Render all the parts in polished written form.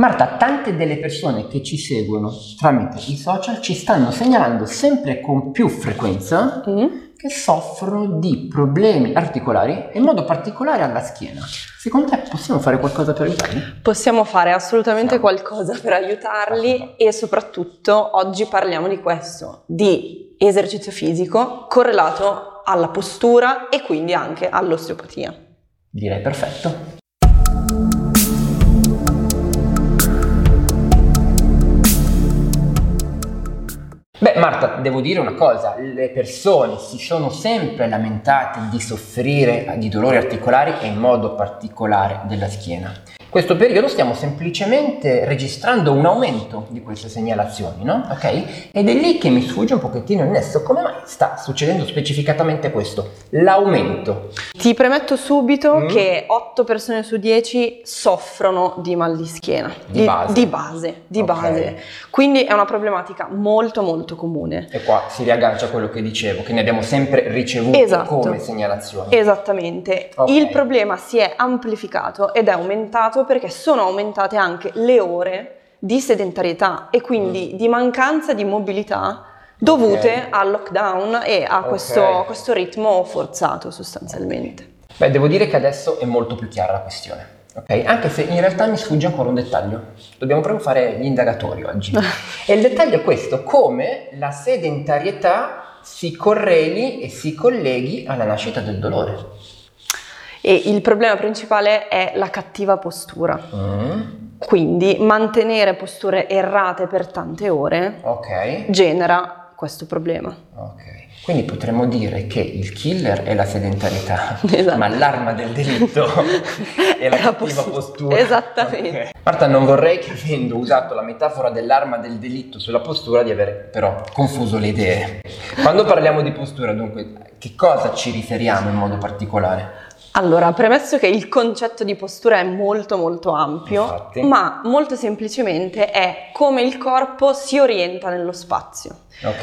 Marta, tante delle persone che ci seguono tramite i social ci stanno segnalando sempre con più frequenza che soffrono di problemi articolari e in modo particolare alla schiena. Secondo te possiamo fare qualcosa per aiutarli? Possiamo fare assolutamente qualcosa per aiutarli e soprattutto oggi parliamo di questo, di esercizio fisico correlato alla postura e quindi anche all'osteopatia. Direi perfetto. Beh Marta, devo dire una cosa, le persone si sono sempre lamentate di soffrire di dolori articolari e in modo particolare della schiena. In questo periodo stiamo semplicemente registrando un aumento di queste segnalazioni, no? Ok? Ed è lì che mi sfugge un pochettino il nesso. Come mai sta succedendo specificatamente questo? L'aumento. Ti premetto subito che 8 persone su 10 soffrono di mal di schiena. Di base. Quindi è una problematica molto comune. E qua si riaggancia a quello che dicevo, che ne abbiamo sempre ricevuto come segnalazioni. Esattamente. Okay. Il problema si è amplificato ed è aumentato perché sono aumentate anche le ore di sedentarietà e quindi di mancanza di mobilità dovute al lockdown e a questo ritmo forzato sostanzialmente. Beh, devo dire che adesso è molto più chiara la questione. Ok, anche se in realtà mi sfugge ancora un dettaglio. Dobbiamo proprio fare gli indagatori oggi. E il dettaglio è questo: come la sedentarietà si correli e si colleghi alla nascita del dolore. E il problema principale è la cattiva postura. Quindi mantenere posture errate per tante ore genera questo problema. Quindi potremmo dire che il killer è la sedentarietà, ma l'arma del delitto è la cattiva postura. Esattamente. Marta, non vorrei che, avendo usato la metafora dell'arma del delitto sulla postura, di aver però confuso le idee. Quando parliamo di postura, dunque, che cosa ci riferiamo in modo particolare? Allora, premesso che il concetto di postura è molto ampio, ma molto semplicemente è come il corpo si orienta nello spazio.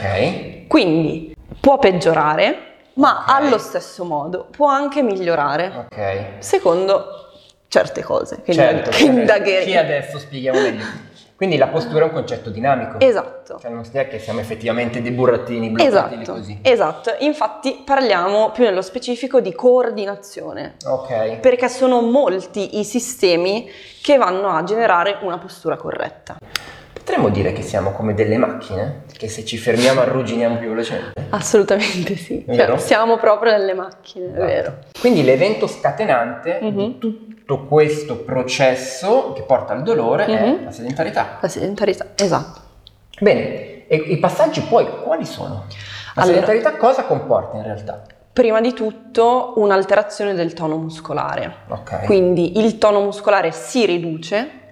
Quindi può peggiorare, ma allo stesso modo può anche migliorare, secondo certe cose che indagheremo. Qui adesso spieghiamo meglio. Quindi la postura è un concetto dinamico. Esatto. Cioè non sia che siamo effettivamente dei burattini bloccati lì così. Esatto, infatti parliamo più nello specifico di coordinazione. Perché sono molti i sistemi che vanno a generare una postura corretta. Potremmo dire che siamo come delle macchine, che se ci fermiamo arrugginiamo più velocemente? Assolutamente sì, cioè, siamo proprio delle macchine, è vero. Quindi l'evento scatenante di tutto questo processo che porta al dolore è la sedentarietà. La sedentarietà, esatto. Bene, e i passaggi poi quali sono? La sedentarietà cosa comporta in realtà? Prima di tutto un'alterazione del tono muscolare. Quindi il tono muscolare si riduce.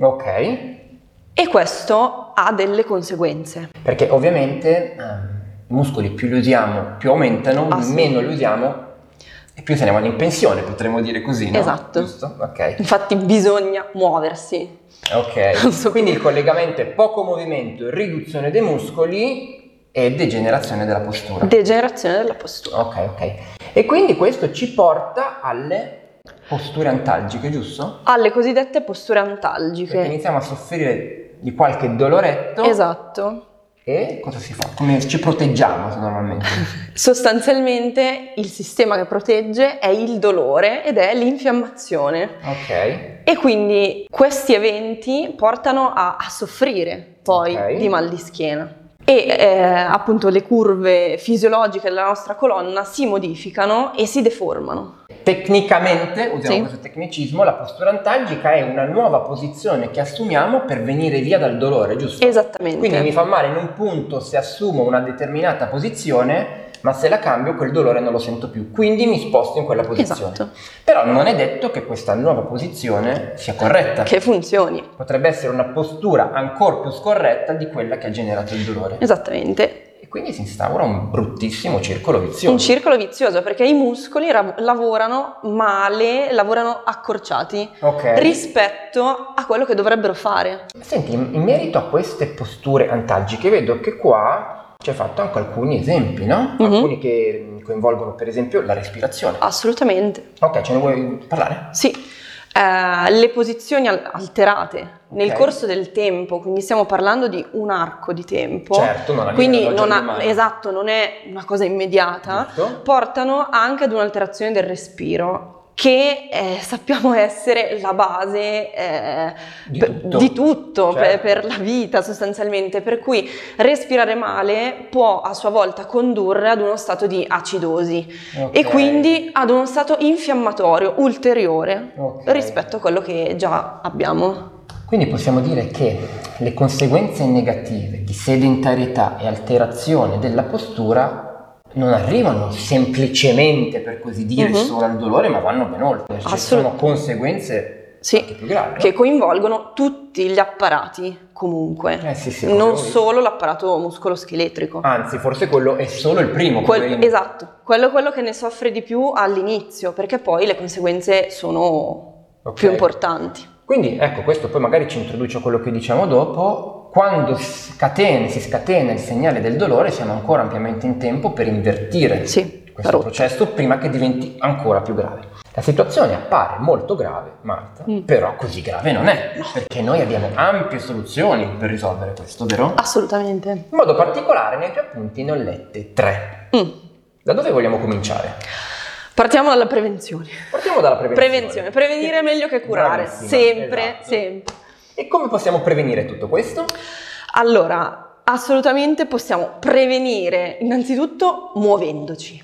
E questo ha delle conseguenze. Perché ovviamente i muscoli più li usiamo, più aumentano, meno li usiamo e più se ne vanno in pensione, potremmo dire così, no? Esatto. Giusto? Infatti bisogna muoversi. Quindi il collegamento è poco movimento, riduzione dei muscoli e degenerazione della postura. Degenerazione della postura. E quindi questo ci porta alle posture antalgiche, giusto? Alle cosiddette posture antalgiche. Perché iniziamo a soffrire di qualche doloretto. Esatto. E cosa si fa? Come ci proteggiamo normalmente? Sostanzialmente il sistema che protegge è il dolore ed è l'infiammazione. E quindi questi eventi portano a soffrire poi di mal di schiena. E appunto le curve fisiologiche della nostra colonna si modificano e si deformano. Tecnicamente, usiamo questo tecnicismo, la postura antalgica è una nuova posizione che assumiamo per venire via dal dolore, giusto? Esattamente. Quindi mi fa male in un punto se assumo una determinata posizione, ma se la cambio quel dolore non lo sento più, quindi mi sposto in quella posizione. Però non è detto che questa nuova posizione sia corretta. Che funzioni. Potrebbe essere una postura ancora più scorretta di quella che ha generato il dolore. Esattamente. E quindi si instaura un bruttissimo circolo vizioso. Un circolo vizioso perché i muscoli lavorano male, lavorano accorciati rispetto a quello che dovrebbero fare. Senti, in merito a queste posture antalgiche vedo che qua ci hai fatto anche alcuni esempi, no? Alcuni che coinvolgono per esempio la respirazione. Assolutamente. Ce ne vuoi parlare? Sì. Le posizioni alterate nel corso del tempo, quindi stiamo parlando di un arco di tempo, certo, quindi non è una cosa immediata, giusto, portano anche ad un'alterazione del respiro, che sappiamo essere la base di tutto certo. per la vita sostanzialmente, per cui respirare male può a sua volta condurre ad uno stato di acidosi e quindi ad uno stato infiammatorio ulteriore rispetto a quello che già abbiamo. Quindi possiamo dire che le conseguenze negative di sedentarietà e alterazione della postura non arrivano semplicemente, per così dire, solo al dolore, ma vanno ben oltre. Ci sono conseguenze anche più gravi, che coinvolgono tutti gli apparati comunque, non solo l'apparato muscoloscheletrico. Anzi, forse quello è solo il primo. Esatto, quello che ne soffre di più all'inizio, perché poi le conseguenze sono più importanti. Quindi ecco, questo poi magari ci introduce a quello che diciamo dopo. Quando si scatena il segnale del dolore, siamo ancora ampiamente in tempo per invertire questo processo prima che diventi ancora più grave. La situazione appare molto grave, Marta, però così grave non è, perché noi abbiamo ampie soluzioni per risolvere questo, vero? Assolutamente. In modo particolare nei tuoi appunti ne ho lette 3. Da dove vogliamo cominciare? Partiamo dalla prevenzione. Prevenire è meglio che curare. Bravissima, sempre. E come possiamo prevenire tutto questo? Allora, assolutamente possiamo prevenire innanzitutto muovendoci.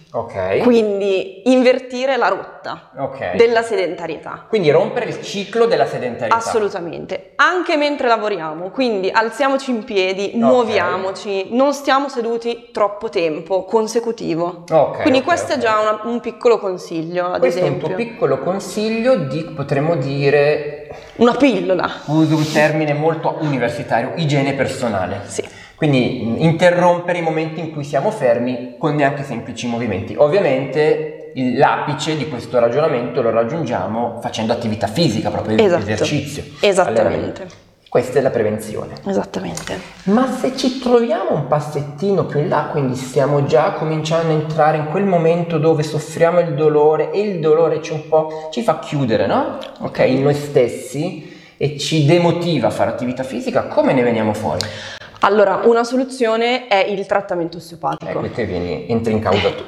Quindi invertire la rotta della sedentarietà. Quindi rompere il ciclo della sedentarietà. Assolutamente. Anche mentre lavoriamo, quindi alziamoci in piedi, muoviamoci, non stiamo seduti troppo tempo consecutivo. Quindi questo è già un piccolo consiglio, ad esempio. Questo è un tuo piccolo consiglio di, potremmo dire... Una pillola. Uso un termine molto universitario, igiene personale. Sì. Quindi interrompere i momenti in cui siamo fermi con neanche semplici movimenti. Ovviamente l'apice di questo ragionamento lo raggiungiamo facendo attività fisica, proprio esercizio. Esattamente. Questa è la prevenzione. Esattamente. Ma se ci troviamo un passettino più in là, quindi stiamo già cominciando a entrare in quel momento dove soffriamo il dolore e il dolore ci fa chiudere, no? In noi stessi e ci demotiva a fare attività fisica, come ne veniamo fuori? Allora, una soluzione è il trattamento osteopatico. Ecco, te entri in causa tu.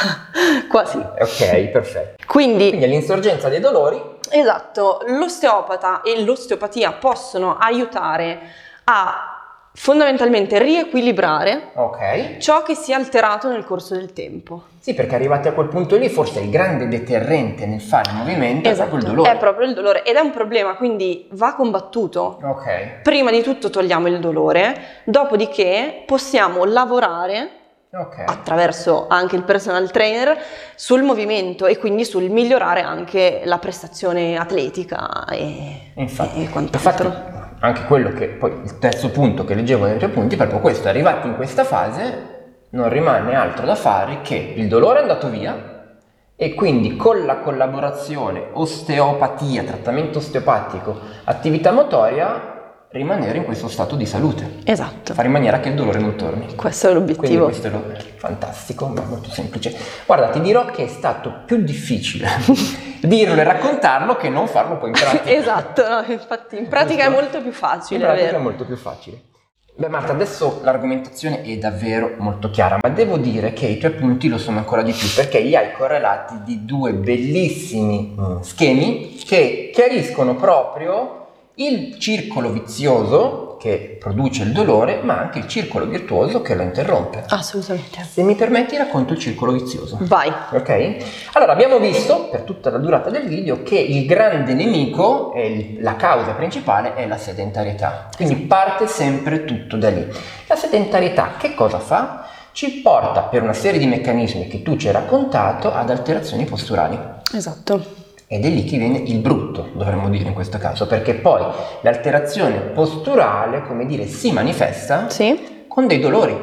Qua sì. Ok, perfetto. Quindi all'insorgenza dei dolori. Esatto, l'osteopata e l'osteopatia possono aiutare a fondamentalmente riequilibrare ciò che si è alterato nel corso del tempo. Sì, perché arrivati a quel punto lì, forse il grande deterrente nel fare il movimento è proprio il dolore. È proprio il dolore ed è un problema, quindi va combattuto. Prima di tutto togliamo il dolore, dopodiché possiamo lavorare attraverso anche il personal trainer sul movimento e quindi sul migliorare anche la prestazione atletica e quant'altro. Infatti, anche quello che poi il terzo punto che leggevo nei tuoi punti, proprio questo: arrivati in questa fase non rimane altro da fare che il dolore è andato via e quindi con la collaborazione osteopatia, trattamento osteopatico, attività motoria, rimanere in questo stato di salute. Esatto. Fare in maniera che il dolore non torni. Questo è l'obiettivo. Quindi questo è fantastico, ma molto semplice. Guarda, ti dirò che è stato più difficile dirlo e raccontarlo che non farlo poi in pratica. Esatto, no, infatti in pratica è molto più facile. In pratica è molto più facile. Beh Marta, adesso l'argomentazione è davvero molto chiara, ma devo dire che i tuoi punti lo sono ancora di più, perché li hai correlati di 2 bellissimi schemi che chiariscono proprio il circolo vizioso che produce il dolore, ma anche il circolo virtuoso che lo interrompe. Assolutamente. Se mi permetti, racconto il circolo vizioso. Vai. Ok? Allora, abbiamo visto per tutta la durata del video che il grande nemico e la causa principale è la sedentarietà. Quindi parte sempre tutto da lì. La sedentarietà che cosa fa? Ci porta, per una serie di meccanismi che tu ci hai raccontato, ad alterazioni posturali. Esatto. Ed è lì che viene il brutto, dovremmo dire in questo caso, perché poi l'alterazione posturale, come dire, si manifesta con dei dolori.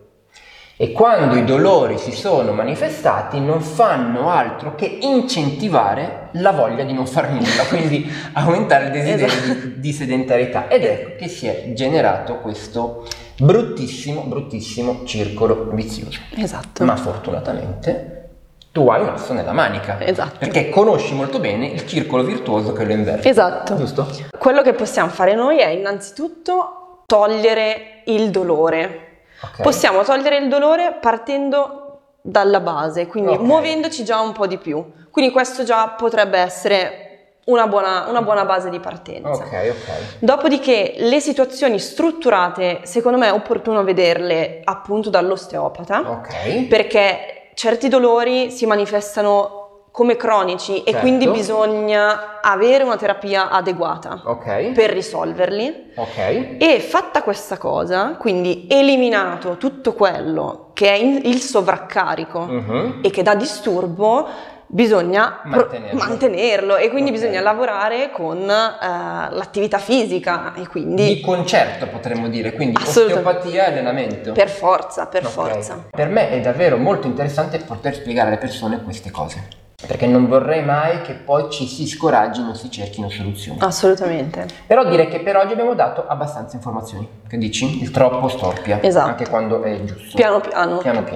E quando i dolori si sono manifestati non fanno altro che incentivare la voglia di non fare nulla, quindi aumentare il desiderio di sedentarietà. Ed ecco che si è generato questo bruttissimo circolo vizioso. Esatto. Ma fortunatamente tu hai un asso nella manica. Esatto. Perché conosci molto bene il circolo virtuoso che lo inverte. Esatto. Giusto? Quello che possiamo fare noi è innanzitutto togliere il dolore. Okay. Possiamo togliere il dolore partendo dalla base, quindi muovendoci già un po' di più. Quindi questo già potrebbe essere una buona base di partenza. Dopodiché le situazioni strutturate, secondo me è opportuno vederle appunto dall'osteopata, perché certi dolori si manifestano come cronici e quindi bisogna avere una terapia adeguata per risolverli. E fatta questa cosa, quindi eliminato tutto quello che è il sovraccarico e che dà disturbo, bisogna mantenerlo e quindi bisogna lavorare con l'attività fisica e quindi di concerto, potremmo dire, quindi osteopatia e allenamento per forza. Per me è davvero molto interessante poter spiegare alle persone queste cose, perché non vorrei mai che poi ci si scoraggino o si cerchino soluzioni. Assolutamente. Però direi che per oggi abbiamo dato abbastanza informazioni. Che dici? Il troppo storpia, anche quando è giusto. Piano piano.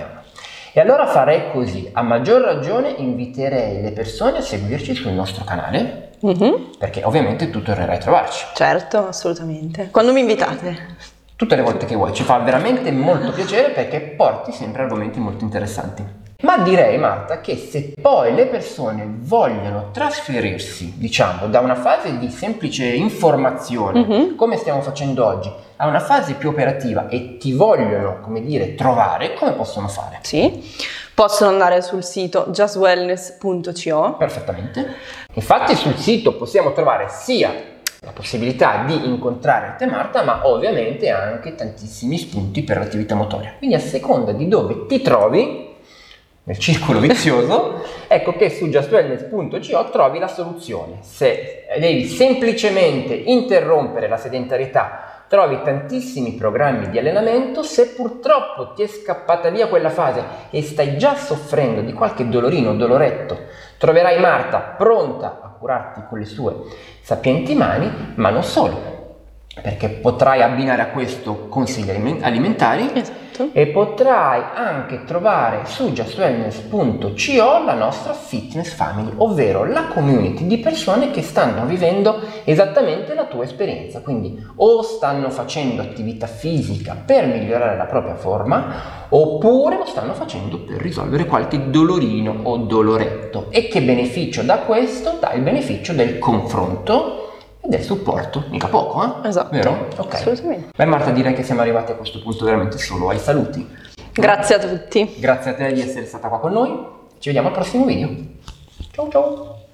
E allora farei così, a maggior ragione inviterei le persone a seguirci sul nostro canale, perché ovviamente tu tornerai a trovarci. Certo, assolutamente. Quando mi invitate? Tutte le volte che vuoi, ci fa veramente molto piacere perché porti sempre argomenti molto interessanti. Ma direi, Marta, che se poi le persone vogliono trasferirsi, diciamo, da una fase di semplice informazione, come stiamo facendo oggi, a una fase più operativa e ti vogliono, come dire, trovare, come possono fare? Sì, possono andare sul sito justwellness.co. Perfettamente. Infatti sul sito possiamo trovare sia la possibilità di incontrare te, Marta, ma ovviamente anche tantissimi spunti per l'attività motoria. Quindi a seconda di dove ti trovi nel circolo vizioso, ecco che su justwellness.co trovi la soluzione. Se devi semplicemente interrompere la sedentarietà, trovi tantissimi programmi di allenamento. Se purtroppo ti è scappata via quella fase e stai già soffrendo di qualche dolorino o doloretto, troverai Marta pronta a curarti con le sue sapienti mani, ma non solo, perché potrai abbinare a questo consigli alimentari. E potrai anche trovare su justwellness.co la nostra fitness family, ovvero la community di persone che stanno vivendo esattamente la tua esperienza, quindi o stanno facendo attività fisica per migliorare la propria forma, oppure lo stanno facendo per risolvere qualche dolorino o doloretto. E che beneficio da questo? Dà il beneficio del confronto e del supporto, mica poco, Esatto. Vero? Assolutamente. Beh, Marta, direi che siamo arrivati a questo punto veramente solo ai saluti. Grazie a tutti. Grazie a te di essere stata qua con noi. Ci vediamo al prossimo video. Ciao ciao.